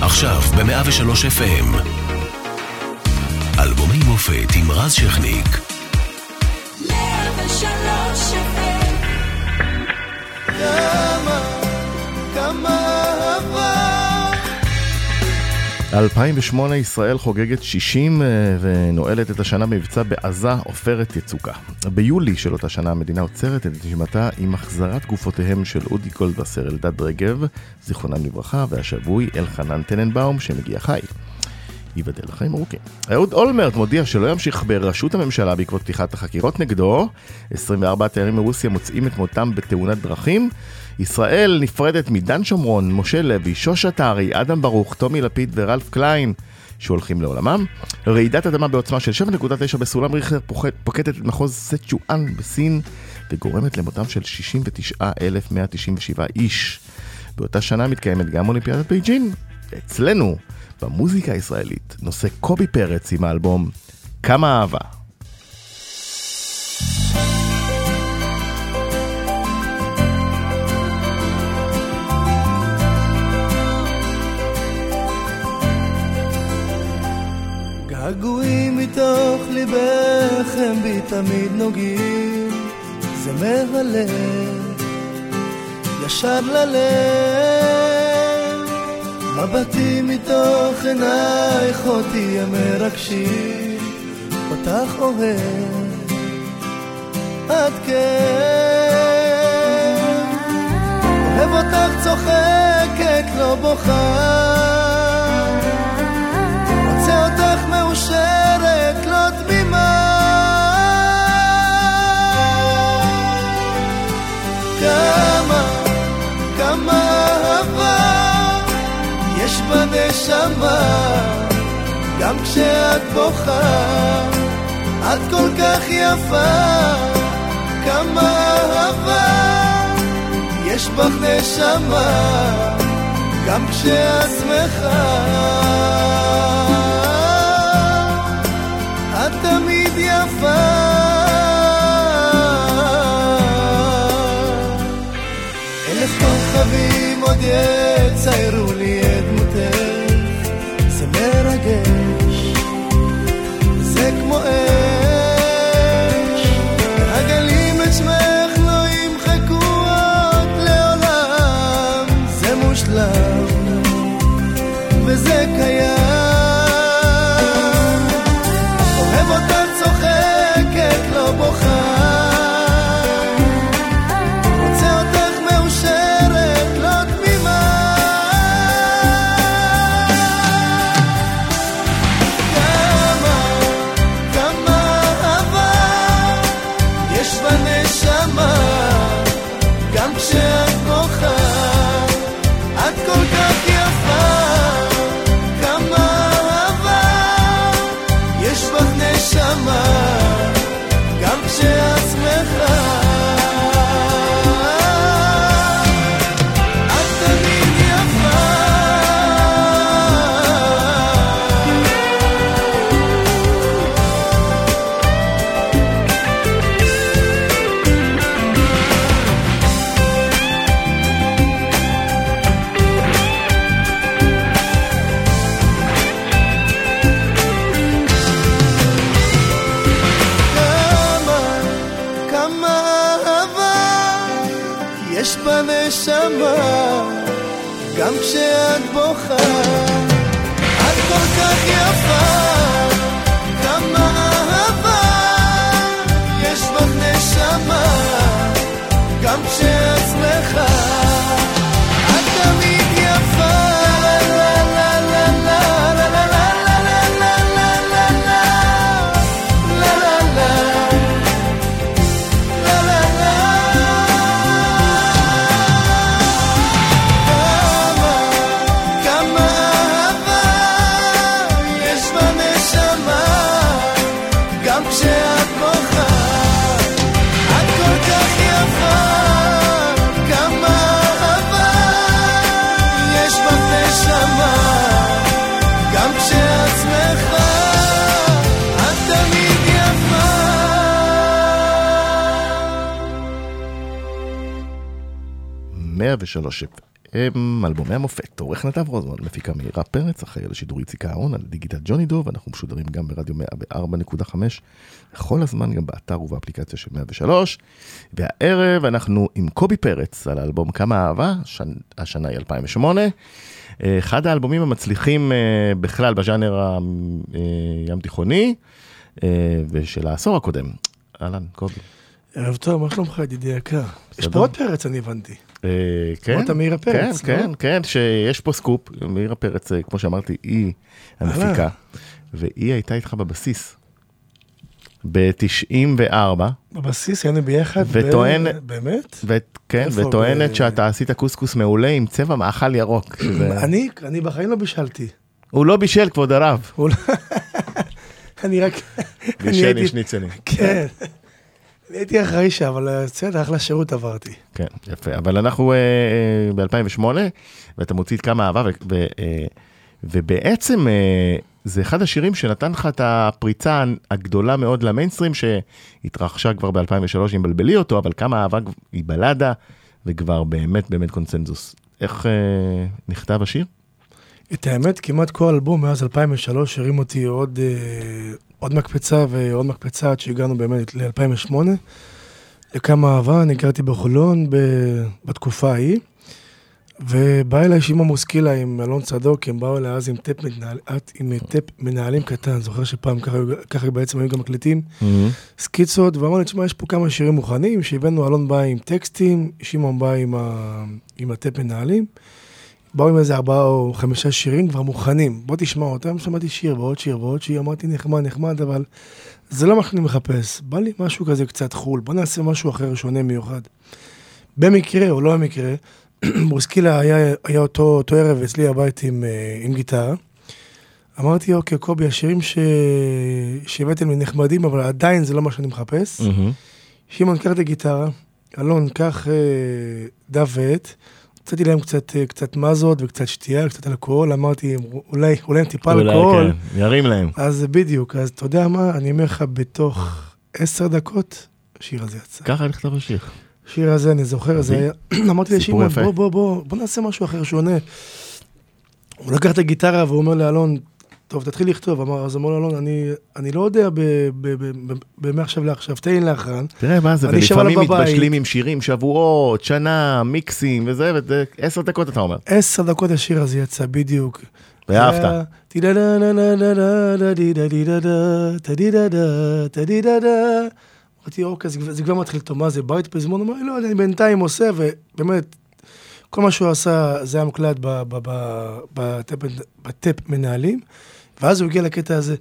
עכשיו ב-103 FM. אלבומי מופת עם רז שכניק. 103 FM. כמה אהבה. 2008 ישראל חוגגת 60 ונועלת את השנה מבצע בעזה עופרת יצוקה. ביולי של אותה שנה המדינה עוצרת את נשימתה עם החזרת גופותיהם של אודי גולדווסר, אלדד רגב, זיכרונם לברכה, והשבוי אלחנן טננבאום שמגיע חי. ייבדל לחיים ארוכים. אהוד אולמרט מודיע שלא ימשיך בראשות הממשלה בעקבות פתיחת החקירות נגדו. 24 תיירים מרוסיה מוצאים את מותם בתאונת דרכים. ישראל נפרדת מדן שומרון, משה לוי, שוש עטרי, אדם ברוך, טומי לפיד ורלף קליין שהולכים לעולמם. רעידת אדמה בעוצמה של 7.9 בסולם ריכטר פוקדת את מחוז סצ'ואן בסין וגורמת למותם של 69,197 איש. באותה שנה מתקיימת גם אולימפיאדת בייג'ין. אצלנו במוזיקה הישראלית נושא קובי פרץ עם האלבום כמה אהבה. געגועים מתוך ליבך הם בי תמיד נוגעים, זה מהלב ישר ללב, מבטים מתוך עינייך אותי המרגשים, אותך אוהב עד כן, אוהב אותך צוחקת לא בוכה, רוצה אותך מאושרת לא תמימה, כמה אהבה יש בנשמה, גם כשאת בוכה את כל כך יפה, כמה אהבה יש בך נשמה, גם כשאת שמחה את תמיד יפה. אלף כוכבים עוד יציירו לי את דמותך, זה מרגש, זה כמו אש, הגלים את שמך לא ימחקו עוד לעולם, זה מושלם וזה קיים, אוהב אותך צוחקת לא בוכה, רוצה אותך מאושרת לא תמימה, כמה אהבה יש בנשמה, גם כשאת בוכה את כל כך יפה, כמה אהבה יש בך נשמה, גם כשאת שמחה את תמיד יפה. כמה אהבה יש בנשמה, גם כשאת בוכה את כל כך יפה, כמה אהבה יש בך נשמה, גם כשאת שמחה את תמיד יפה. גם כשאת שמחה את תמיד יפה. 103 FM, אלבומי המופת, עורך נתב רוזמן, מפיקה מאירה פרץ, אחראי לשידור איציק אהרון, על דיגיטל ג'וני דוב, אנחנו משודרים גם ברדיו 104.5, וכל הזמן גם באתר ובאפליקציה של 103, והערב אנחנו עם קובי פרץ, על האלבום כמה אהבה, השנה היא 2008, אחד האלבומים המצליחים בכלל בז'אנר הים תיכוני, ושל העשור הקודם. אהלן, קובי. ערב טוב, מה שלומך, ידידי יקר? יש פה עוד פרץ, אני הבנתי. כן, אמרת מאירה פרץ, כן, שיש פה סקופ, מאירה פרץ, כמו שאמרתי, היא המפיקה, והיא הייתה איתך בבסיס, ב-94. בבסיס, היינו ביחד, באמת? כן, וטוענת שאתה עשית קוסקוס מעולה עם צבע מאכל ירוק. אני בחיים לא בישלתי. הוא לא בישל, כבוד הרב. אני רק... בישל עם שניצלים. כן. הייתי אחראי שם, אבל בסדר, אחלה שירות עברתי. כן, יפה. אבל אנחנו ב-2008, ואתה מוציא את כמה אהבה, ובעצם זה אחד השירים שנתן לך את הפריצה הגדולה מאוד למיינסטרים, שהתרחשה כבר ב-2003, אם בלבלי אותו, אבל כמה אהבה היא בלדה, וכבר באמת קונצנזוס. איך נכתב השיר? את האמת, כמעט כל אלבום מאז 2003 הרים אותי עוד מקפצה ועוד מקפצה עד שהגענו באמת ל-2008. לכמה אהבה, אני גרתי בחולון בתקופה ההיא, ובא אליי שימה מוסקילה עם אלון צדוק, הם באו אליי אז עם טפ מנהלים קטן, זוכר שפעם ככה בעצם היו גם מקליטים, סקיצות, ואמרו לי, תשמע, יש פה כמה שירים מוכנים, שהבאנו, אלון בא עם טקסטים, שימון בא עם הטפ מנהלים, באו עם איזה 4 או 5 שירים כבר מוכנים, בוא תשמע אותם, שמעתי שיר ועוד שיר, אמרתי נחמד, אבל זה לא מה שאני מחפש, בא לי משהו כזה קצת חול, בוא נעשה משהו אחר שונה מיוחד. במקרה או לא במקרה, מוסקילה היה אותו ערב אצלי הבית עם גיטרה, אמרתי, אוקיי, קובי, השירים שהבאתם לי נחמדים, אבל עדיין זה לא מה שאני מחפש. שמעון, קח את הגיטרה, אלון, קח דף ועט, הוצאתי להם קצת מזות וקצת שתייה, קצת אלכוהול, אמרתי, אולי הם טיפה אלכוהול. כן, ירים להם. אז בדיוק, אז אתה יודע מה, אני אומר לך, בתוך 10 דקות, השיר הזה יצא. ככה נכתב השיר. השיר הזה, אני זוכר, זה היה, אמרתי לשמעון, בוא נעשה משהו אחר שונה. הוא לקח את הגיטרה והוא אומר לאלון, טוב, תתחיל לכתוב. אז אמר לאלון, אני לא יודע במעכשיו לעכשיו, תן לי לאחרן. תראה מה זה, ולפעמים מתבשלים עם שירים, שבועות, שנה, מיקסים וזה, 10 דקות אתה אומר. 10 דקות השיר הזה יצא בדיוק. ואהבת. אמרתי, אוקיי, זה כבר מתחיל טוב, מה זה, בית פזמון? אמר לי, לא, אני בינתיים עושה, ובאמת, כל מה שהוא עשה, זה היה מוקלט בטפ מנהלים, ואז הוא הגיע לקטע הזה,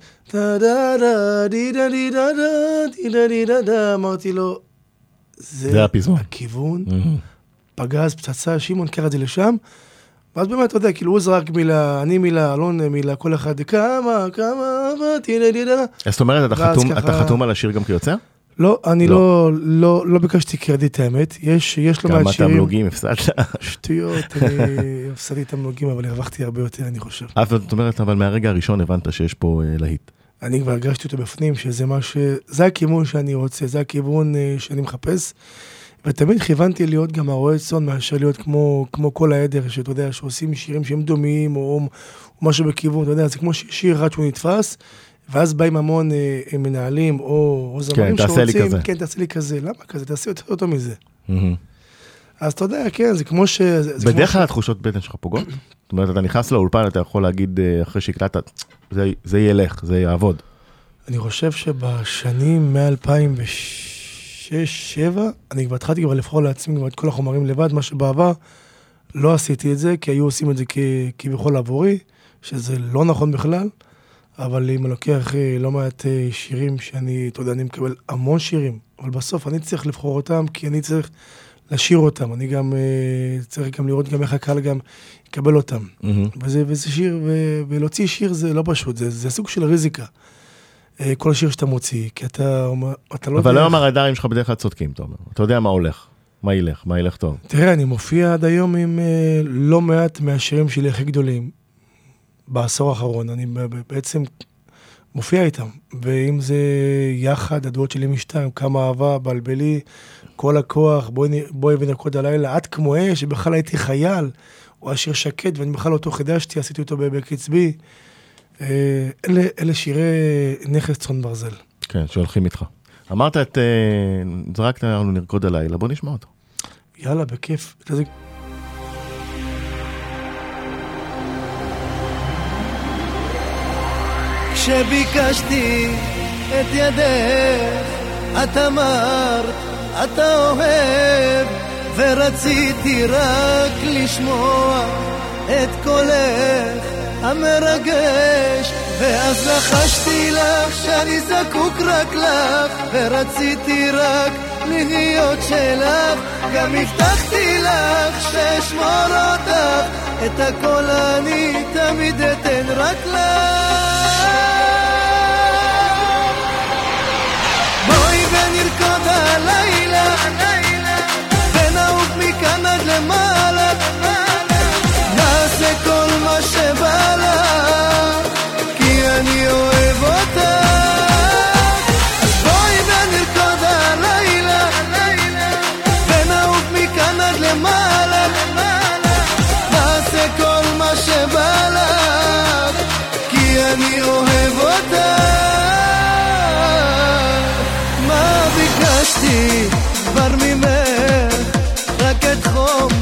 אמרתי לו, זה הכיוון, פגז, פצצה, שימון, קרא את זה לשם, ואז באמת, אתה יודע, כאילו הוא זרק מילה, אני מילה, אלון מילה, כל אחד, כמה, אז זאת אומרת, אתה חתום על השיר גם כיוצר? לא, אני לא ביקשתי קרדיט האמת, יש לו מעט שירים. כמה תמלוגים הפסדת? שטויות, אני הפסדתי תמלוגים, אבל הרווחתי הרבה יותר, אני חושב. זאת אומרת, אבל מהרגע הראשון הבנת שיש פה להיט. אני כבר הרגשתי אותו בפנים, זה הכיוון שאני רוצה, זה הכיוון שאני מחפש, ותמיד כיוונתי להיות גם הרועה צאן, מאשר להיות כמו כל העדר, שאתה יודע, שעושים שירים שהם דומים, או משהו בכיוון, אתה יודע, זה כמו שיר אחד שהוא נתפס, ואז באים המון מנהלים או זמרים שרוצים, כן, תעשה לי כזה, למה כזה? תעשה יותר אותו מזה. אז אתה יודע, כן, זה כמו ש... בדרך כלל התחושות בטן שלך פוגעות? זאת אומרת, אתה נכנס לאולפן, אתה יכול להגיד אחרי שהקלטת, זה ילך, זה יעבוד. אני חושב שבשנים מ-2006-2007, אני כבר התחלתי כבר לבחור לעצמי את כל החומרים לבד, מה שבעבר לא עשיתי את זה, כי היו עושים את זה כביכול עבורי, שזה לא נכון בכלל. אבל אם אני לוקח לא מעט שירים שאני, אתה יודע, אני מקבל המון שירים, אבל בסוף אני צריך לבחור אותם, כי אני צריך לשיר אותם, אני גם צריך גם לראות גם איך הקהל גם יקבל אותם. וזה שיר, ולהוציא שיר זה לא פשוט, זה סוג של ריזיקה. כל שיר שאתה מוציא, כי אתה לא יודע... אבל לא הרדארים שלך בדרך כלל צודקים, אתה אומר. אתה יודע מה הולך, מה ילך טוב. תראה, אני מופיע עד היום עם לא מעט מהשירים שלי הכי גדולים. בעשור האחרון, אני בעצם מופיע איתם, ואם זה יחד, הדעות שלי משתיים, כמה אהבה, בלבלי, כל הכוח, בואי ונרקוד הלילה, עד כמו שבכלל הייתי חייל, הוא היה שיר שקט, ואני בכלל אותו חידשתי, עשיתי אותו בקצבי. אלה שירי נכס צאן ברזל. כן, שהולכים איתך. אמרת זרקת לנו נרקוד הלילה, בוא נשמע אותו. יאללה, בכיף. כשביקשתי את ידך, את אמרת, אתה אוהב, ורציתי רק לשמוע את קולך המרגש, ואז לחשתי לך שאני זקוק רק לך, ורציתי רק להיות שלך, גם הבטחתי לך שאשמור אותך, את הכל אני תמיד אתן רק לך. בואי ונרקוד הלילה, ונעוף מכאן עד למעלה, נעשה כל מה שבא לך, כי אני אוהב אותך. אז בואי ונרקוד הלילה, ונעוף מכאן עד למעלה, נעשה כל מה שבא לך, כי אני אוהב אותך. מה ביקשתי כבר ממך? רק את חום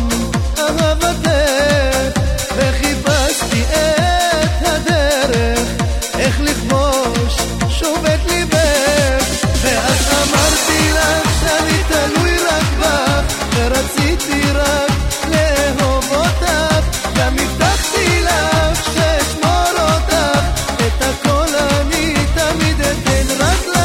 אהבתך, וחיפשתי את הדרך איך לכבוש שוב את ליבך, ואז אמרתי לך שאני תלוי רק בך, ורציתי רק לאהוב אותך, גם הבטחתי לך שאשמור אותך, את הכל אני תמיד אתן רק לך.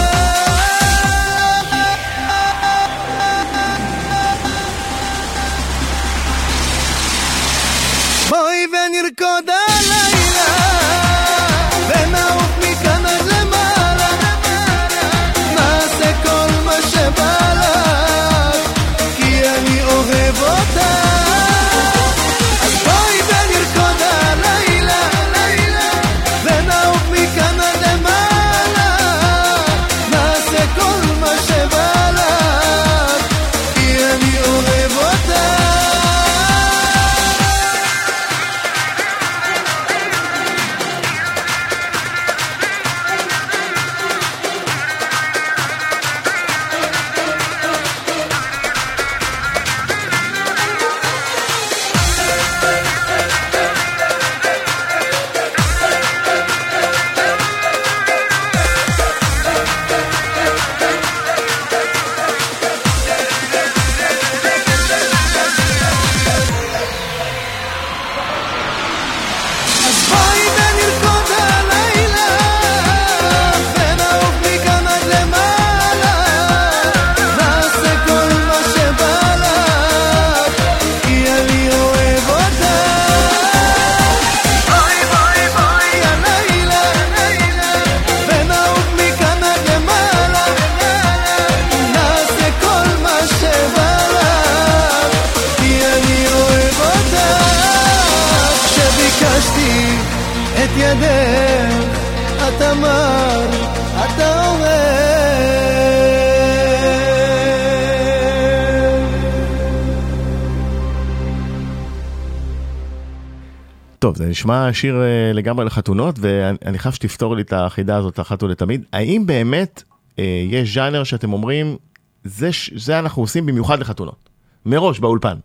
בואי ונרקוד הלילה, ונעוף מכאן עד למעלה, נעשה כל מה שבא לך, כי אני אוהב אותך. אז בואי ונרקוד הלילה, ונעוף מכאן עד למעלה, נעשה כל מה שבא לך, כי אני אוהב אותך. את ידך, את אמר, אתה אוהב. טוב, זה נשמע שיר לגמרי לחתונות, ואני חייב שתפתור לי את החידה הזאת אחת ולתמיד. האם באמת יש ז'אנר שאתם אומרים, זה אנחנו עושים במיוחד לחתונות, מראש באולפן?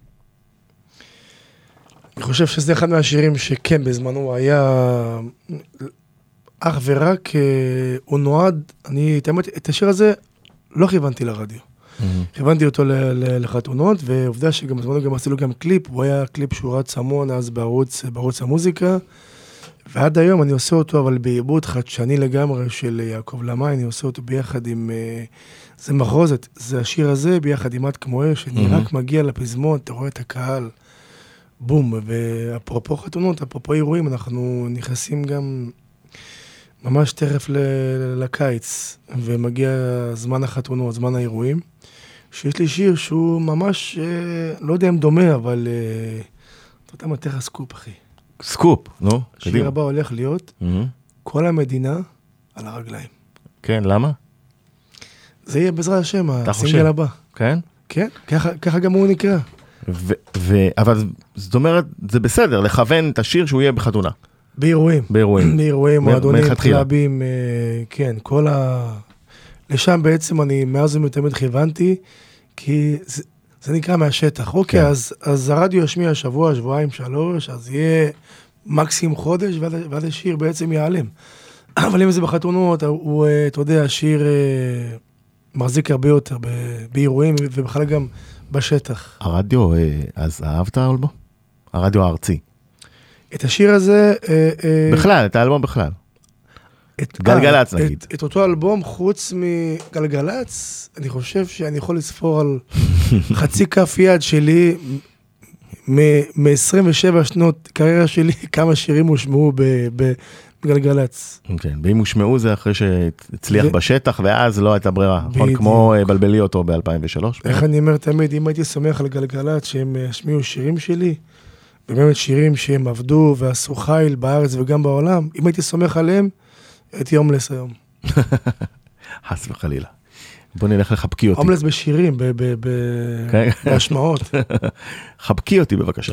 אני חושב שזה אחד מהשירים שכן בזמנו היה אך ורק, הוא נועד, את השיר הזה לא כיוונתי לרדיו. כיוונתי אותו לחתונות, ועובדה שגם בזמנו גם עשינו גם קליפ, הוא היה קליפ שהוא רץ המון אז בערוץ המוזיקה, ועד היום אני עושה אותו אבל בעיבוד חדשני לגמרי של יעקב למאי, אני עושה אותו ביחד עם, זה מחרוזת, זה השיר הזה ביחד עם עד כמו אש, אני רק מגיע לפזמון, אתה רואה את הקהל, בום, ואפרופו חתונות, אפרופו אירועים, אנחנו נכנסים גם ממש תכף לקיץ, ומגיע זמן החתונות, זמן האירועים, שיש לי שיר שהוא ממש, לא יודע אם דומה, אבל אתה יודע מה, תכף סקופ, אחי. סקופ, נו, קדימה. השיר הבא הולך להיות, כל המדינה על הרגליים. כן, למה? זה יהיה בעזרת השם, הסינגל הבא. כן? כן, ככה גם הוא נקרא. אבל זאת אומרת, זה בסדר, לכוון את השיר שהוא יהיה בחתונה. באירועים. באירועים, מועדונים, קלאבים, כן, כל לשם בעצם אני מאז ומתמיד כיוונתי, כי זה נקרא מהשטח. אוקיי, אז הרדיו ישמיע שבוע, שבועיים, 3, אז יהיה מקסימום חודש, ועד השיר בעצם ייעלם. אבל אם זה בחתונות, הוא, אתה יודע, השיר מחזיק הרבה יותר באירועים, ובכלל גם בשטח. הרדיו, אז אהבת האלבום? הרדיו הארצי. את השיר הזה... בכלל, את האלבום בכלל. גלגלץ נגיד. את אותו אלבום, חוץ מגלגלץ, אני חושב שאני יכול לספור על חצי כף יד שלי, מ-27 שנות קריירה שלי, כמה שירים הושמעו בגלגלץ. כן, ואם הושמעו זה אחרי שהצליח בשטח, ואז לא הייתה ברירה. כמו בלבלי אותו ב-2003. איך אני אומר תמיד, אם הייתי שמח על גלגלץ, שהם השמיעו שירים שלי, ובאמת שירים שהם עבדו ועשו חיל בארץ וגם בעולם, אם הייתי סומך עליהם, הייתי הומלס היום. חס וחלילה. בוא נלך לחבקי אותי. הומלס בשירים, בהשמעות. חבקי אותי בבקשה.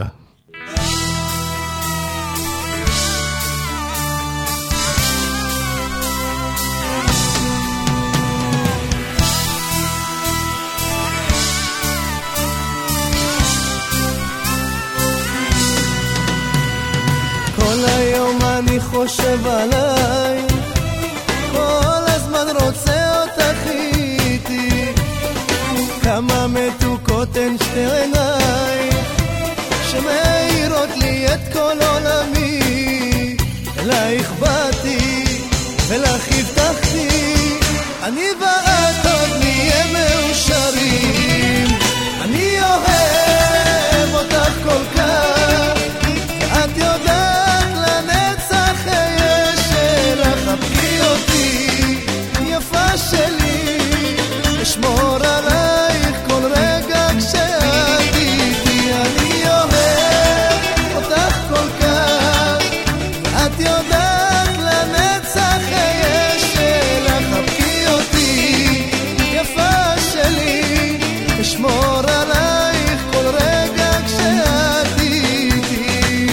כל היום אני חושב עליי, כל הזמן רוצה אותך איתי, כמה מתוקות הן שתי עיניי, שמאירות לי את כל עולמי, אלייך באתי ולך הבטחתי, אני ואת עוד נהיה מאושרים, אני אוהב אותך כל כך, את יודעת לנצח אהיה שלך, חבקי אותי יפה שלי, אשמור עלייך כל רגע כשאת איתי, אני אוהב אותך כל כך, את יודעת לנצח אהיה שלך, חבקי אותי יפה שלי, אשמור עלייך כל רגע כשאת איתי.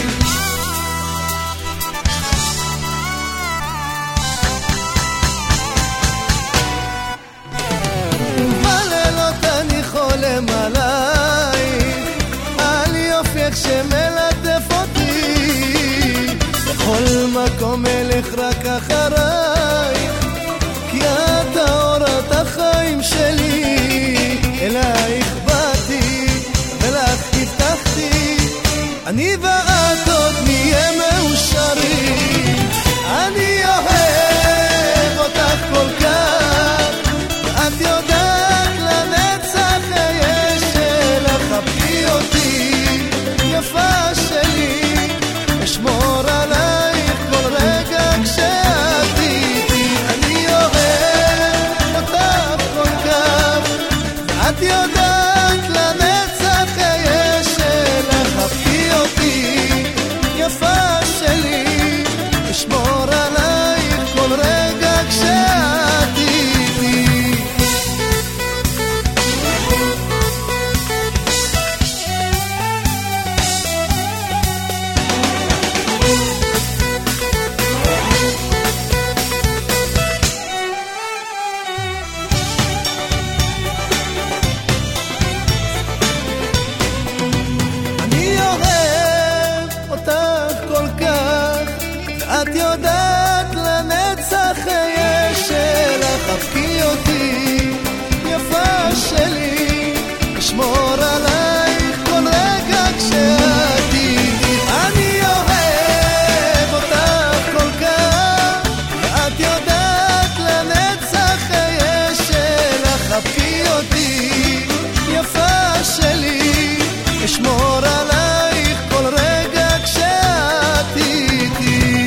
בלילות אני חולם עלייך, על יופייך שמלטף אותי, בכל מקום אלך רק אחרייך, כי את האורת החיים שלי, אלייך באתי ולך הבטחתי, אני ואת עוד נהיה מאושרים, אני אוהב אותך כל כך, את יודעת לנצח אהיה שלך, חבקי אותי יפה שלי, אשמור עלייך כל רגע כשאת איתי, אני אוהב אותך כל כך, את יודעת לנצח אהיה שלך, חבקי אותי יפה שלי, אשמור עלייך כל רגע כשאת איתי. אני אוהב אותך כל כך, את יודעת לנצח אהיה שלך, חבקי אותי יפה שלי, אשמור עלייך כל רגע כשאת איתי, אני אוהב אותך כל כך, את יודעת לנצח אהיה שלך, חבקי אותי יפה שלי, אשמור עלייך כל רגע כשאת איתי.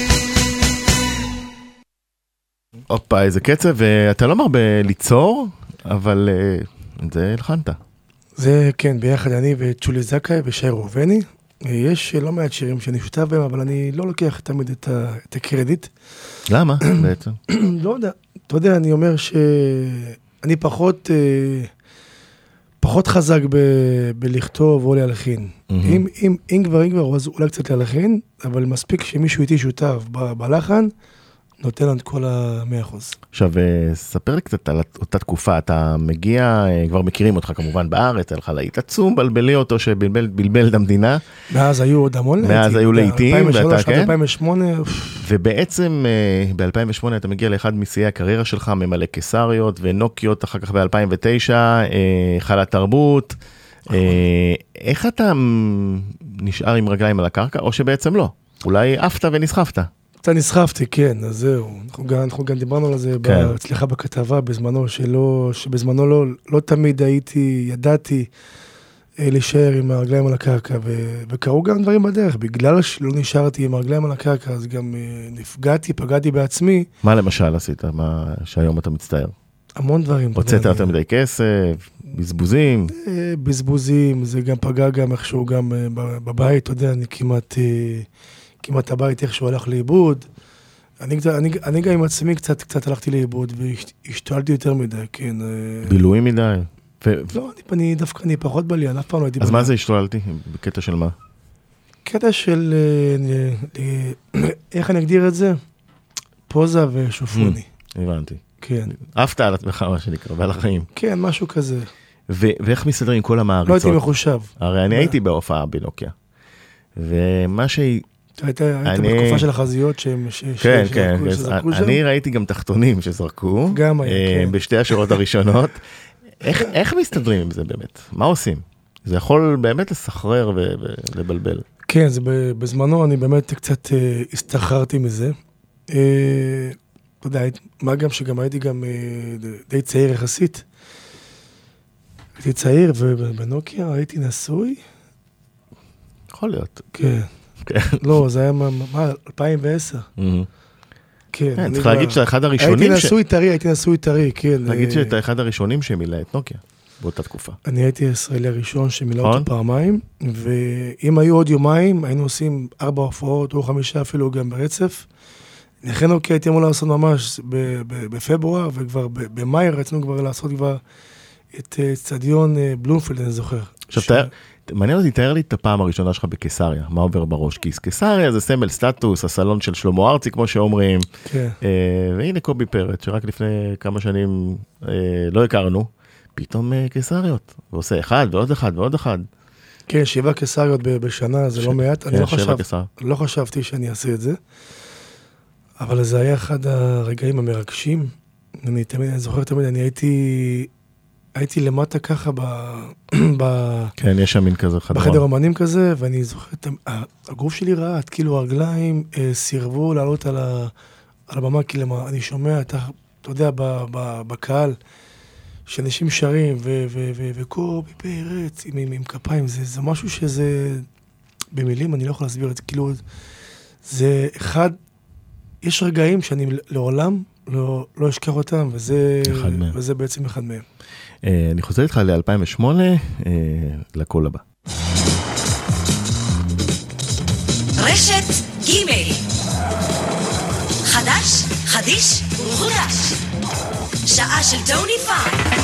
הופה, איזה קצב, ואתה לא מרבה ליצור, אבל זה הלחנת. זה כן, ביחד אני וצ'ולי זכאי ושי ראובני. יש לא מעט שירים שאני שותף בהם, אבל אני לא לוקח תמיד את הקרדיט. למה בעצם? לא יודע. אתה יודע, אני אומר שאני פחות חזק בלכתוב או להלחין. אם כבר, אז אולי קצת להלחין, אבל מספיק שמישהו איתי שותף בלחן, נותן לנו את כל ה-100%. עכשיו, ספר לי קצת על אותה תקופה, אתה מגיע, כבר מכירים אותך כמובן בארץ, הלכה להיט עצום, בלבלי אותו שבלבל את המדינה. מאז היו עוד המון לעיתים. מאז היו לעיתים, 2003 עד 2008. ובעצם ב-2008 אתה מגיע לאחד משיאי הקריירה שלך, ממלא קיסריות ונוקיות, אחר כך ב-2009, חלת תרבות. איך אתה נשאר עם רגליים על הקרקע, או שבעצם לא? אולי עפת ונסחפת. אתה נסחפתי, כן, אז זהו. אנחנו גם דיברנו על זה אצלך בכתבה בזמנו, שבזמנו לא תמיד ידעתי להישאר עם הרגליים על הקרקע, וקראו גם דברים בדרך. בגלל שלא נשארתי עם הרגליים על הקרקע, אז גם פגעתי בעצמי. מה למשל עשית, שהיום אתה מצטער? המון דברים. הוצאת יותר מדי כסף, בזבוזים? בזבוזים, זה גם פגע גם איכשהו גם בבית, אתה יודע, אני כמעט הבית איכשהו הלך לאיבוד. אני גם עם עצמי קצת הלכתי לאיבוד, והשתולתי יותר מדי, כן. בילויים מדי? לא, אני פחות בליין, אף פעם לא הייתי בליין. אז מה זה השתוללתי? בקטע של מה? קטע של, איך אני אגדיר את זה? פוזה ושופוני. הבנתי. כן. עפת על עצמך, מה שנקרא, ועל החיים. כן, משהו כזה. ואיך מסתדרים עם כל המעריצות? לא הייתי מחושב. הרי אני הייתי בהופעה בנוקיה. ומה היית בתקופה של החזיות שהם כן, כן. אני ראיתי גם תחתונים שזרקו. גם היה, כן. בשתי השורות הראשונות. איך מסתדרים עם זה באמת? מה עושים? זה יכול באמת לסחרר ולבלבל. כן, בזמנו אני באמת קצת הסתחררתי מזה. אתה יודע, מה גם שגם הייתי גם די צעיר יחסית. הייתי צעיר ובנוקיה הייתי נשוי. יכול להיות. כן. לא, זה היה 2010. כן. צריך להגיד שאתה אחד הראשונים... הייתי נשוי טרי, כן. להגיד שאתה אחד הראשונים שמילא את נוקיה, באותה תקופה. אני הייתי הישראלי הראשון שמילא אותו פעמיים, ואם היו עוד יומיים, היינו עושים 4 הופעות, או 5 אפילו גם ברצף. לכן נוקיה הייתי אמור לעשות ממש בפברואר, וכבר במאי רצינו כבר לעשות כבר את צדיון בלומפילד, אני זוכר. עכשיו, מעניין אותי, תאר לי את הפעם הראשונה שלך בקיסריה, מה עובר בראש? כי קיסריה זה סמל סטטוס, הסלון של שלמה ארצי, כמו שאומרים. כן. והנה קובי פרץ, שרק לפני כמה שנים לא הכרנו, פתאום קיסריות, ועושה אחד ועוד אחד ועוד אחד. כן, 7 קיסריות בשנה, זה לא מעט. אני לא חשבתי שאני אעשה את זה, אבל זה היה אחד הרגעים המרגשים. אני זוכר תמיד, אני הייתי למטה ככה כן, יש שם מין כזה חדרון. בחדר אומנים כזה, ואני זוכר, הגוף שלי רעד, כאילו הרגליים סירבו לעלות על הבמה, כי אני שומע, אתה יודע, בקהל, שאנשים שרים, וקובי פרץ, עם כפיים, זה משהו שזה, במילים, אני לא יכול להסביר את זה, כאילו, זה אחד, יש רגעים שאני לעולם לא אשכח אותם, וזה בעצם אחד מהם. אני חוזר איתך ל-2008, לקול הבא. רשת ג' חדש, חדיש וחודש. שעה של טוני פאן.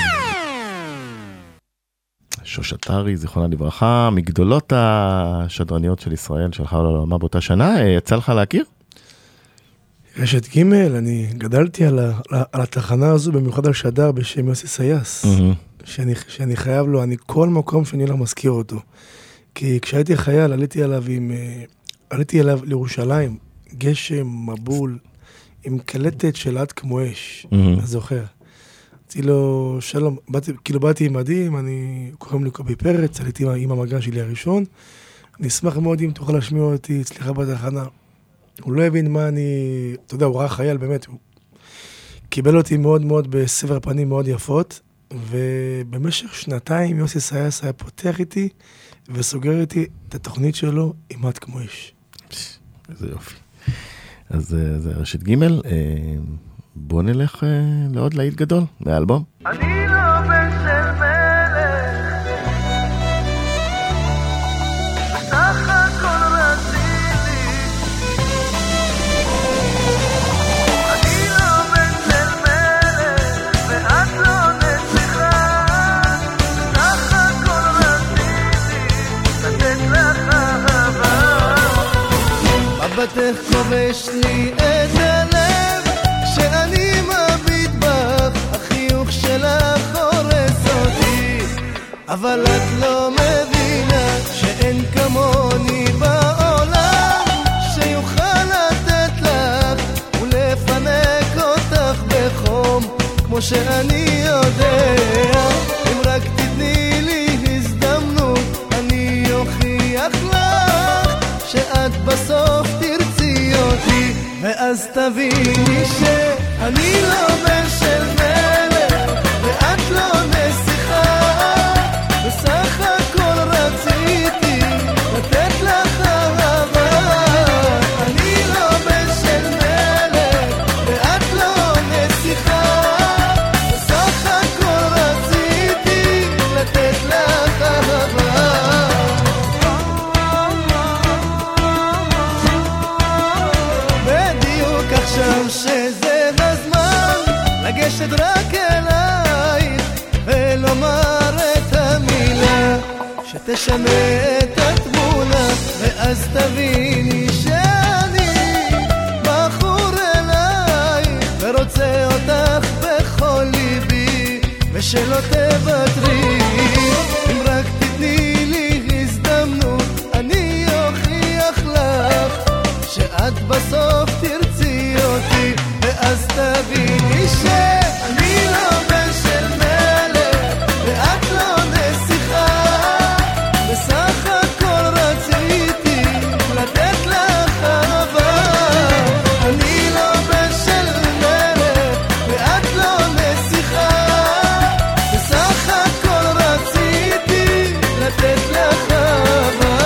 שושה טרי, זיכרונה לברכה, מגדולות השדרניות של ישראל, שהלכה לעולמה באותה שנה, יצא לך להכיר? רשת ג', אני גדלתי על התחנה הזו, במיוחד על שדר בשם יוסי סייס, שאני חייב לו, אני כל מקום שאני לא מזכיר אותו. כי כשהייתי חייל, עליתי אליו לירושלים, גשם, מבול, עם קלטת של עד כמו אש, אני זוכר. אמרתי לו, שלום, באתי עם מדים, קוראים לי קובי פרץ, עליתי עם המגן שלי הראשון, אני אשמח מאוד אם תוכל להשמיע אותי אצלך בתחנה. הוא לא הבין מה אתה יודע, הוא ראה חייל באמת, הוא קיבל אותי מאוד מאוד בסבר פנים מאוד יפות, ובמשך 2 יוסי סייס היה פותח איתי, וסוגר איתי את התוכנית שלו עם עד כמו אש. איזה יופי. אז זה רשת ג', בוא נלך לעוד להיט גדול, מהאלבום. אני לא בן של מלך, סך הכל רציתי. אני לא בן של מלך, ואת לא נצליחה, מבטך כובש לי את הלב כשאני מביט בך החיוך שלך הורס אותי אבל את לא מבינה שאין כמוני בעולם שיוכל לתת לך ולפנק אותך בחום כמו שאני יודע אם רק תתני לי הזדמנות אני אוכיח לך שאת בסוף תרצי אותי ואז תביני שאני לא בן של מלך ואת לא נסיכה בסך הכל רציתי לתת לך אהבה אני לא בן של מלך ואת לא נסיכה בסך הכל רציתי לתת לך אהבה בדיוק עכשיו שזה הזמן לגשת רק אלייך ולומר את המילה שתשנה את התמונה ואז תביני שאני בחור אלייך ורוצה אותך בכל ליבי ושלא תוותרי אם רק תתני לי הזדמנות אני אוכיח לך שאת בסוף תרצי אותי ואז תביני שאני לא בן של מלך ואת לא נסיכה בסך הכל רציתי לתת לך אהבה אני לא בן של מלך ואת לא נסיכה בסך הכל רציתי לתת לך אהבה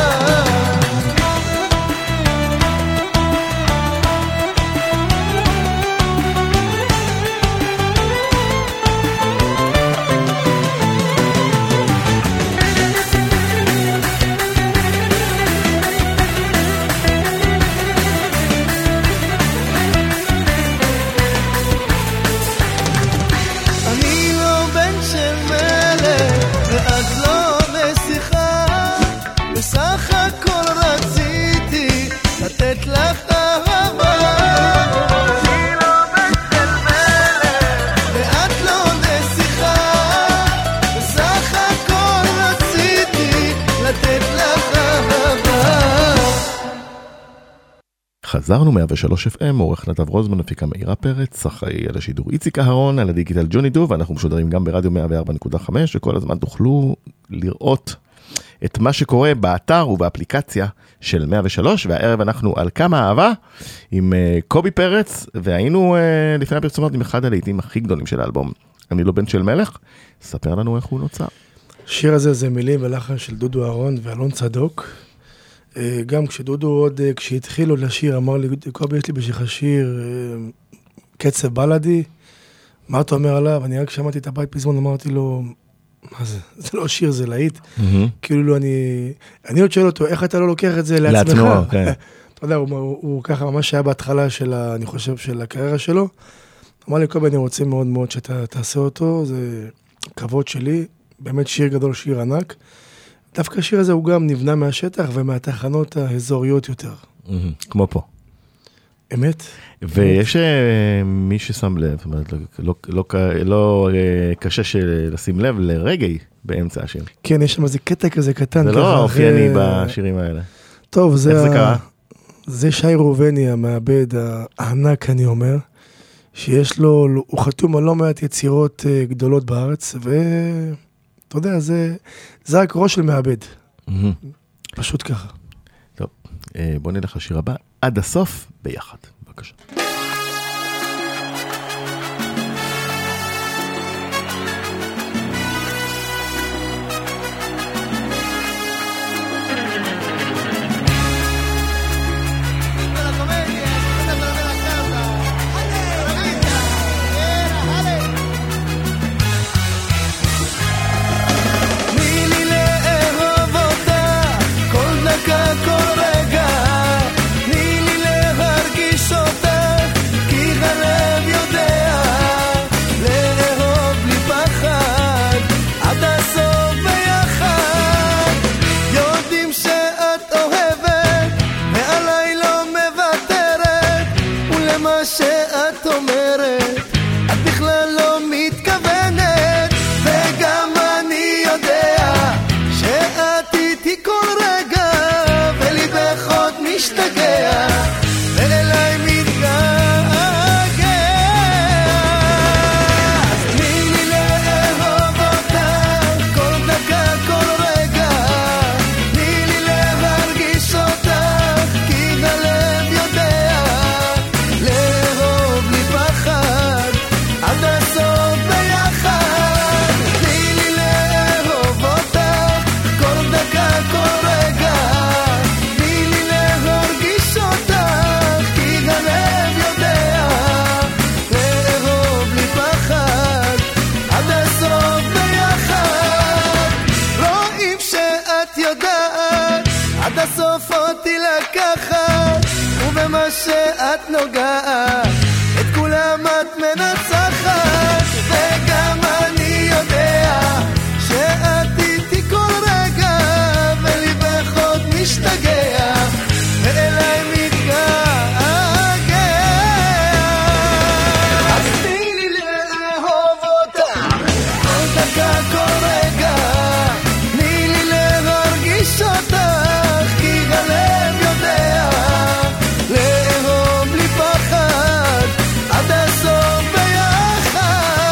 אני לא בן של מלך ואת לא נסיכה בסך הכל רציתי לתת לך אהבה אני לא בן של מלך ואת לא נסיכה בסך הכל רציתי לתת לך אהבה חזרנו 103 FM, עורך נדב רוזמן, מפיקה מאירה פרץ, אחראי על השידור איציק אהרון, על הדיגיטל ג'וני דוב, ואנחנו משודרים גם ברדיו 104.5, וכל הזמן תוכלו לראות את מה שקורה באתר ובאפליקציה של 103, והערב אנחנו על כמה אהבה עם קובי פרץ, והיינו לפני הפרסומות עם אחד הלהיטים הכי גדולים של האלבום, אני לא בן של מלך, ספר לנו איך הוא נוצר. השיר הזה זה מילים ולחן של דודו אהרון ואלון צדוק. גם כשדודו עוד, כשהתחילו לשיר, אמר לי, קובי, יש לי בשביל שיר קצב בלדי, מה אתה אומר עליו? אני רק שמעתי את הבית פזמון, אמרתי לו, מה זה? זה לא שיר, זה להיט. כאילו, אני עוד שואל אותו, איך אתה לא לוקח את זה לעצמך? אתה יודע, הוא ככה ממש היה בהתחלה של, אני חושב, של הקריירה שלו. אמר לי, קובי, אני רוצה מאוד מאוד שאתה תעשה אותו, זה כבוד שלי, באמת שיר גדול, שיר ענק. דווקא השיר הזה הוא גם נבנה מהשטח ומהתחנות האזוריות יותר. כמו פה. אמת? ויש מי ששם לב, לא קשה לשים לב לרגעי באמצע השיר. כן, יש שם איזה קטע כזה קטן. זה לא אופייני בשירים האלה. טוב, איך זה קרה? זה שי רובני, המעבד הענק, אני אומר, שיש לו, הוא חתום על לא מעט יצירות גדולות בארץ, אתה יודע, זה רק ראש של מעבד. פשוט ככה. טוב, בוא נלך לשיר הבא. עד הסוף ביחד. בבקשה. כל רגע, תני לי להרגיש אותה מה שאת אומרת את בכלל לא מתכוונת, וגם אני יודע שאת איתי כל רגע וליבך עוד משתגע ואליי מתגעגע. אז תני לי לאהוב אותך כל דקה כל רגע, תני לי להרגיש אותך כי הלב יודע לאהוב לי פחד עד הסוף ביחד. תני לי לאהוב אותך כל דקה כל רגע, תני לי להרגיש אותך כי הלב יודע לאהוב לי פחד עד הסוף ביחד. רואים שאת יודעת עד הסוף אותי לקחת, ובמה שאת נוגעת את כולם את מנצחת, וגם אני יודע שאת איתי כל רגע וליבך עוד משתגע ואליי מתגעגע. אז תני לי לאהוב אותך כל דקה כל רגע, תני לי להרגיש אותך כי הלב יודע לאהוב לי פחד עד הסוף ביחד.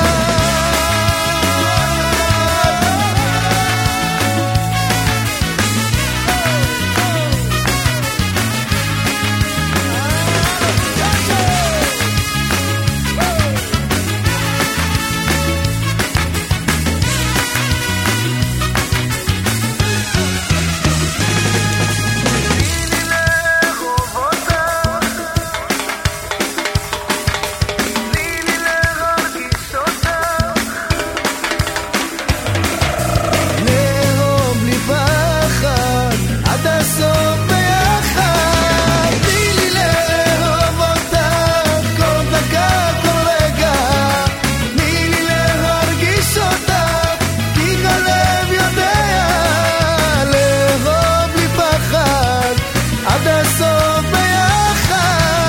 לאהוב לי פחד עד הסוף ביחד. תני לי לאהוב אותך כל דקה כל רגע, תני לי להרגיש אותך כי הלב יודע לאהוב לי פחד עד הסוף ביחד.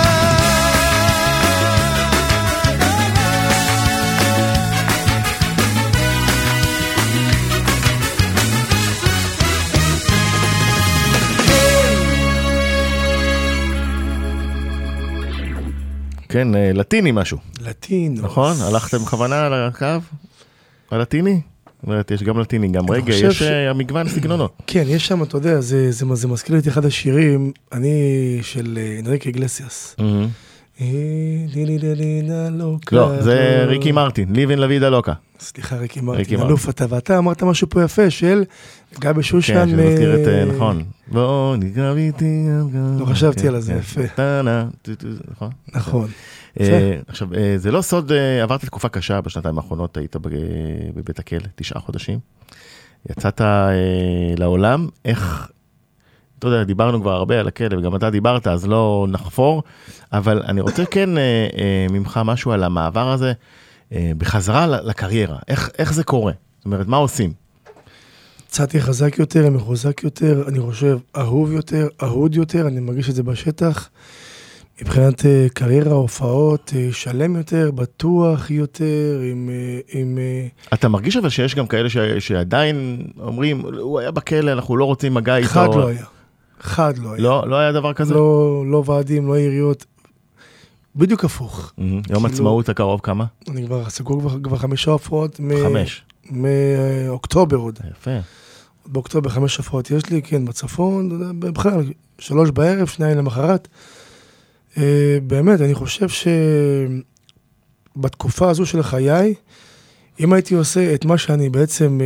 כן, לטיני משהו, לטינו. נכון? הלכתם בכוונה על הקו? הלטיני? זאת אומרת, יש גם לטיני, גם רגע, חושב יש מגוון סגנונות. כן, יש שם, אתה יודע, זה מזכיר לי את אחד השירים, אני של אנריקה איגלסיאס. לא, זה ריקי מרטין, ליבין לוידה לוקה. סליחה, ריקי ריקי מרטין, מרטין. אלוף אתה, ואתה אמרת משהו פה יפה של גבי שושן. כן, שמזכיר את, נכון. בואו נקרא ביתי. לא חשבתי על זה, יפה. נכון. נכון. עכשיו, זה לא סוד, עברת תקופה קשה בשנתיים האחרונות, היית בבית הכלא, 9 חודשים. יצאת לעולם, איך, אתה יודע, דיברנו כבר הרבה על הכלא, וגם אתה דיברת, אז לא נחפור, אבל אני רוצה כן ממך משהו על המעבר הזה, בחזרה לקריירה, איך זה קורה? זאת אומרת, מה עושים? יצאתי חזק יותר, מחוזק יותר, אני חושב אהוב יותר, אהוד יותר, אני מרגיש את זה בשטח. מבחינת קריירה, הופעות, שלם יותר, בטוח יותר, עם... אתה מרגיש אבל שיש גם כאלה שעדיין אומרים, הוא היה בכלא, אנחנו לא רוצים מגע איתו. אחד לא היה. אחד לא היה. לא היה דבר כזה? לא ועדים, לא עיריות. בדיוק הפוך. יום עצמאות הקרוב כמה? אני כבר סגור כבר 5 הופעות. 5? מאוקטובר עוד. יפה. באוקטובר 5 הופעות יש לי, כן, בצפון, בכלל, 3 בערב, 2 למחרת. באמת, אני חושב שבתקופה הזו של חיי, אם הייתי עושה את מה שאני בעצם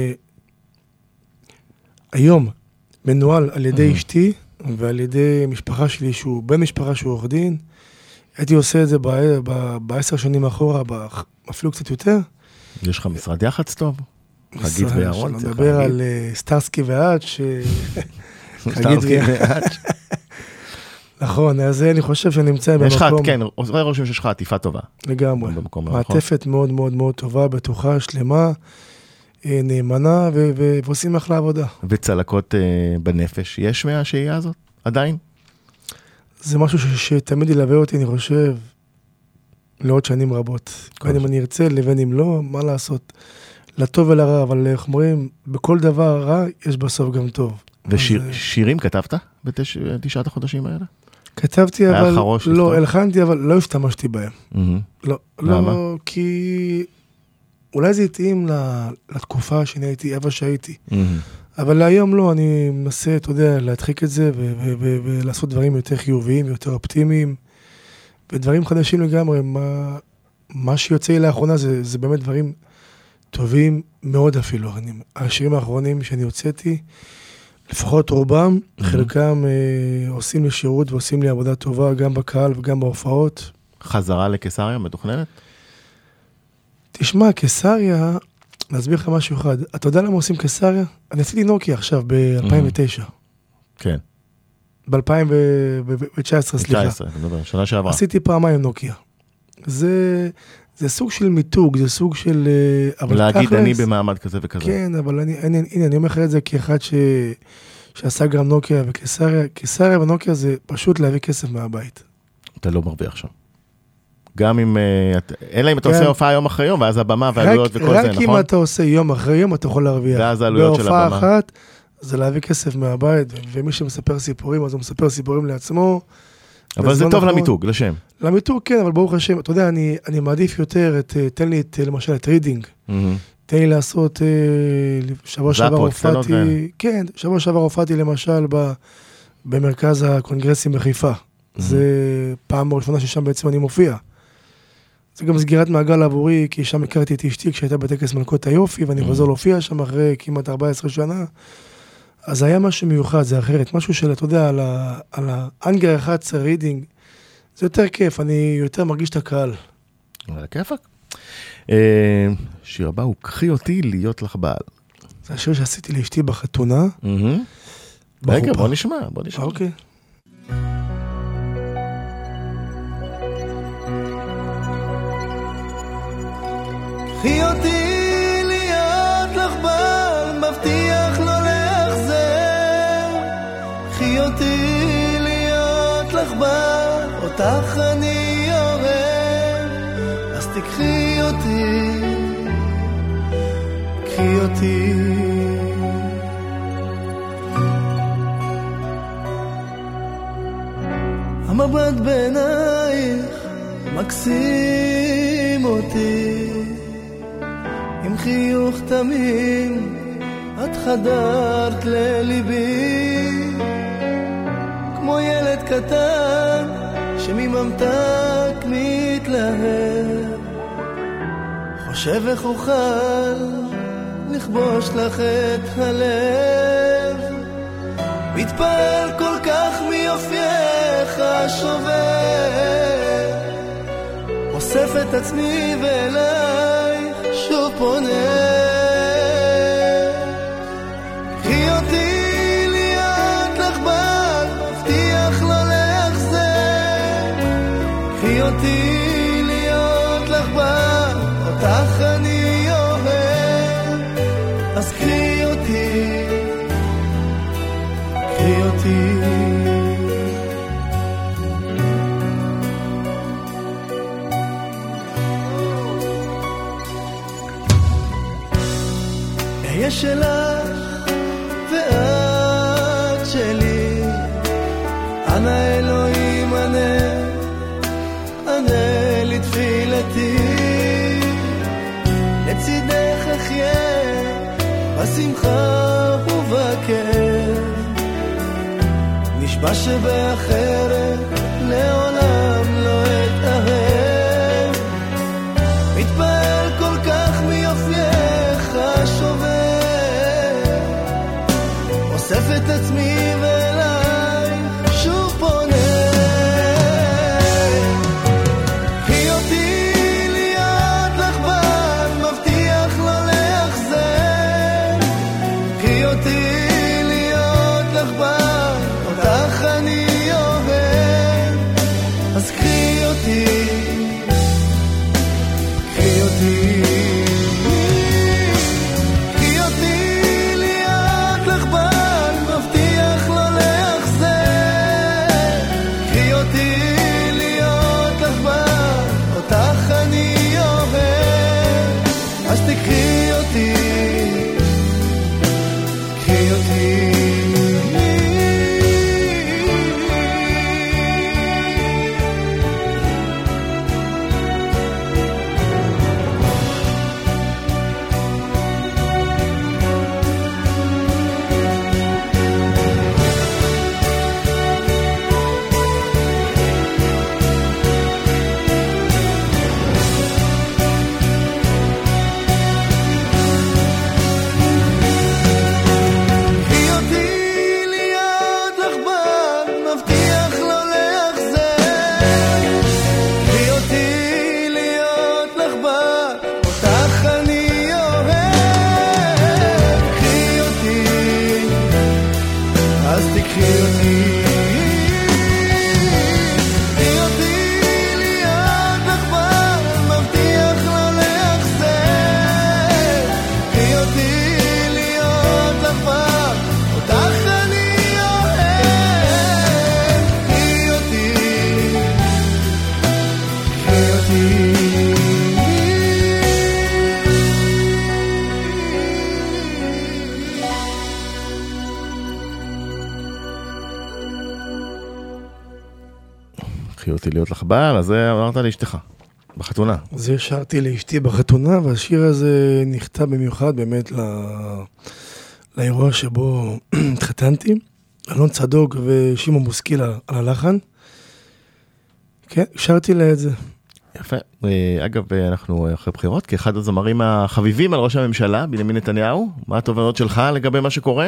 היום מנוהל על ידי אשתי ועל ידי משפחה שלי, שהוא בן משפחה שהוא עורך דין, הייתי עושה את זה ב10 שנים אחורה, אפילו קצת יותר. יש לך משרד יח"צ טוב? חגית וירון. אני מדבר על סטרסקי ואץ'. סטרסקי ואץ'. נכון, אז אני חושב שנמצא במקום... יש לך, כן, רושם שיש לך עטיפה טובה. לגמרי. מעטפת מאוד מאוד מאוד טובה, בטוחה, שלמה, נאמנה, ועושים אחלה עבודה. וצלקות בנפש, יש מהשהייה הזאת? עדיין? זה משהו שתמיד ילווה אותי, אני חושב, לעוד שנים רבות. בין אם אני ארצה לבין אם לא, מה לעשות? לטוב ולרע, אבל איך אומרים, בכל דבר רע יש בסוף גם טוב. ושירים כתבת בתשעת החודשים האלה? כתבתי, אבל לא, הלחנתי, אבל לא השתמשתי בהם. לא, כי אולי זה התאים לתקופה שאני הייתי, איפה שהייתי. אבל להיום לא, אני מנסה, אתה יודע, להדחיק את זה, ולעשות דברים יותר חיוביים, יותר אופטימיים, ודברים חדשים לגמרי. מה שיוצא לי לאחרונה זה באמת דברים טובים מאוד אפילו. השירים האחרונים שאני הוצאתי, לפחות רובם, חלקם עושים לי שירות ועושים לי עבודה טובה, גם בקהל וגם בהופעות. חזרה לקיסריה מתוכננת? תשמע, קיסריה, נסביר לך משהו אחד. אתה יודע למה עושים קיסריה? אני עשיתי נוקיה עכשיו, ב-2009. כן. ב-2019, סליחה. 19, אתה מדבר, שנה שעברה. עשיתי פעמיים נוקיה. זה סוג של מיתוג, זה סוג של... להגיד אני במעמד כזה וכזה. כן, אבל הנה, אני אומר לך את זה כאחד שעשה גם נוקיה וקיסריה. קיסריה ונוקיה זה פשוט להביא כסף מהבית. אתה לא מרוויח שם. גם אם... אלא אם אתה עושה הופעה יום אחרי יום, ואז הבמה והעלויות וכל זה, נכון? רק אם אתה עושה יום אחרי יום, אתה יכול להרוויח. ואז העלויות של הבמה. בהופעה אחת, זה להביא כסף מהבית, ומי שמספר סיפורים, אז הוא מספר סיפורים לעצמו. אבל זה טוב למיתוג, לשם. למיתוג, כן, אבל ברוך השם, אתה יודע, אני מעדיף יותר, תן לי למשל את רידינג. תן לי לעשות, שבוע שעבר הופעתי, כן, שבוע שעבר הופעתי למשל במרכז הקונגרסים בחיפה. זה פעם ראשונה ששם בעצם אני מופיע. זה גם סגירת מעגל עבורי, כי שם הכרתי את אשתי כשהייתה בטקס מלכות היופי, ואני חוזר להופיע שם אחרי כמעט 14 שנה. אז היה משהו מיוחד, זה אחרת, משהו של, אתה יודע, על האנגר 11 רידינג, זה יותר כיף, אני יותר מרגיש את הקהל. על הכיפק. שיר הבא הוא קחי אותי להיות לך בעל. זה השיר שעשיתי לאשתי בחתונה. רגע, בוא נשמע. אוקיי. קחי אותי להיות לך בעל, מבטיח לא לאכזר. קחי אותי להיות לך בעל, אותך אני אוהב. אז תקחי אותי, קחי אותי. המבט בעינייך מקסים אותי, עם חיוך תמים את חדרת לליבי, כמו ילד קטן שמממתק מתלהב, חושב איך אוכל לכבוש לך את הלב, מתפעל כל כך מיופייך השובר, אוסף את עצמי ואלייך שוב פונה. קחי אותי להיות לך בעל, מבטיח לא לאכזר. קחי אותי להיות לך בעל, אותך אני אוהב. אז קחי אותי, קחי אותי. אהיה שלך ואת שלי, אנא אלוהים ענה לתפילתי, לצידך אחיה בשמחה ובכאב, נשבע שבאחרת לעולם לא אתאהב, מתפעל כל כך מיופייך השובר, אוסף את עצמי ואלייך שוב פונה. קחי אותי להיות לך בעל, מבטיח לא לאכזר. קחי אותי להיות לך בעל, אותך אני אוהב. תכריחי אותי להיות לך בעל, אז זה אמרת לאשתך, בחתונה. זה שרתי לאשתי בחתונה, והשיר הזה נכתב במיוחד באמת לאירוע שבו התחתנתי. אלון צדוק ושימו מושכיל על הלחן. כן, שרתי לה את זה. יפה. אגב, אנחנו אחרי בחירות, כאחד הזמרים החביבים על ראש הממשלה, בנימין נתניהו. מה התובנות שלך לגבי מה שקורה?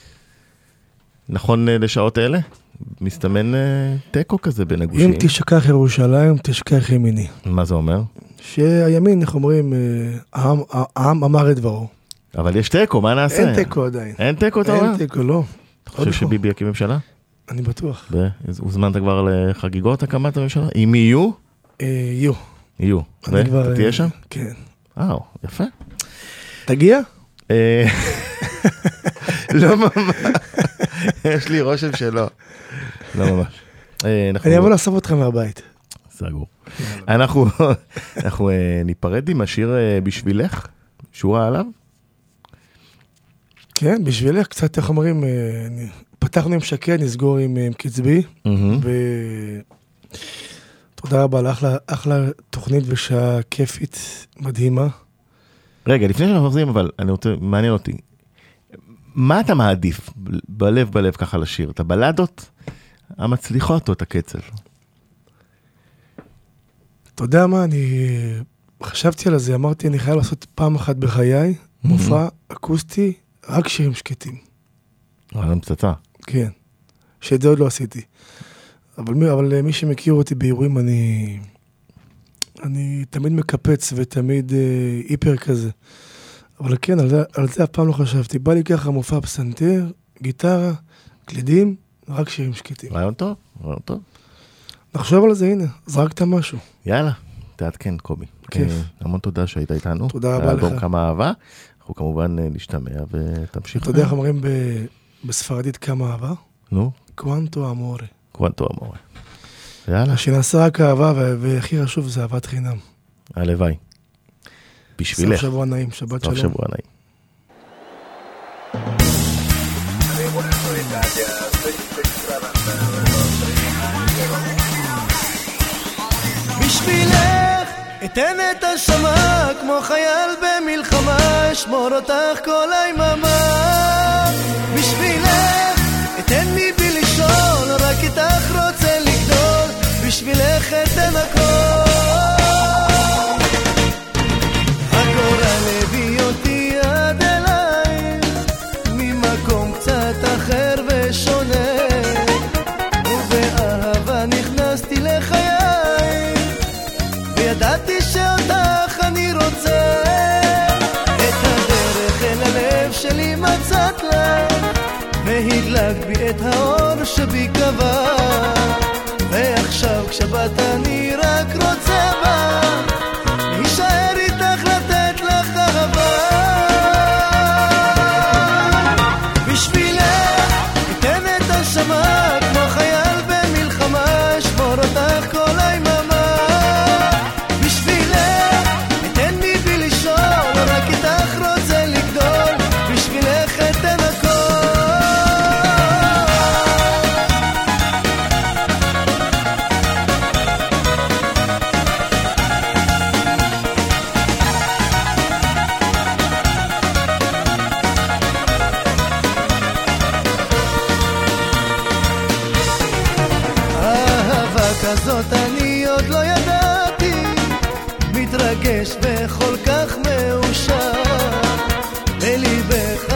נכון לשעות אלה? מסתמן טקו כזה בין הגושים. אם תשכח ירושלים, תשכח ימיני. מה זה אומר? שהימין, איך אומרים, העם אמר את דברו. אבל יש טקו, מה נעשה? אין טקו עדיין. אין טקו, אתה אומר? אין טקו, לא. אתה חושב שביבי יקים ממשלה? אני בטוח. הוזמנת כבר לחגיגות הקמת הממשלה? אם יהיו? יהיו. יהיו. ואתה תהיה שם? כן. יפה. תגיע? לא ממש. יש לי רושם שלא. לא ממש. אני אבוא לאסוף אותך מהבית. סגור. אנחנו ניפרד עם השיר בשבילך, שורה עליו? כן, בשבילך, קצת איך אומרים, פתחנו עם שקד, נסגור עם קצבי, ותודה רבה, אחלה תוכנית ושעה כיפית, מדהימה. רגע, לפני שאנחנו חוזרים, אבל מעניין אותי, מה אתה מעדיף בלב ככה לשיר? את הבלדות המצליחות או את הקצב? אתה יודע מה, אני חשבתי על זה, אמרתי, אני חייב לעשות פעם אחת בחיי, מופע אקוסטי, רק שירים שקטים. רעיון פצצה. כן, שאת זה עוד לא עשיתי. אבל מי שמכיר אותי באירועים, אני תמיד מקפץ ותמיד היפר כזה. אבל כן, על זה הפעם לא חשבתי. בא לי ככה מופע פסנתר, גיטרה, קלידים, רק שירים שקטים. רעיון טוב, רעיון טוב. נחשוב על זה, הנה, זרקת משהו. יאללה, תעדכן קובי. כיף. המון תודה שהיית איתנו. תודה רבה לך. כמה אהבה. אנחנו כמובן נשתמע ותמשיך. אתה יודע איך אומרים בספרדית כמה אהבה? נו? קוונטו אמורה. קוונטו אמורה. יאללה. שנעשה רק אהבה, והכי חשוב זה אהבת חינם. הלוואי. בשבילך. סוף שבוע נעים, שבת שלום. סוף שבוע נעים. בשבילך אתן את השמה כמו חייל במלחמה, אשמור אותך כל היממה. בשבילך אתן מבלי לשאול, רק איתך רוצה לגדול, בשבילך אתן הכל. הגורל הביא אותי עד אליי ממקום קצת אחר ושונה, ובאהבה נכנסתי לחיי, וידעתי שאותך אני רוצה. את הדרך אל הלב שלי מצאת לה, והדלקת בי את האור שבי קבע, ועכשיו כשבת אני רק רוצה בה, להישאר איתך לתת לך אהבה. בשבילך אתן את השמה כמו חייל במלחמה, אשמור אותך כל היממה. בשבילך אתן מבלי לשאול, רק איתך רוצה לגדול, בשבילך אתן הכל. כזאת אני עוד לא ידעתי, מתרגש וכל כך מאושר, בליבך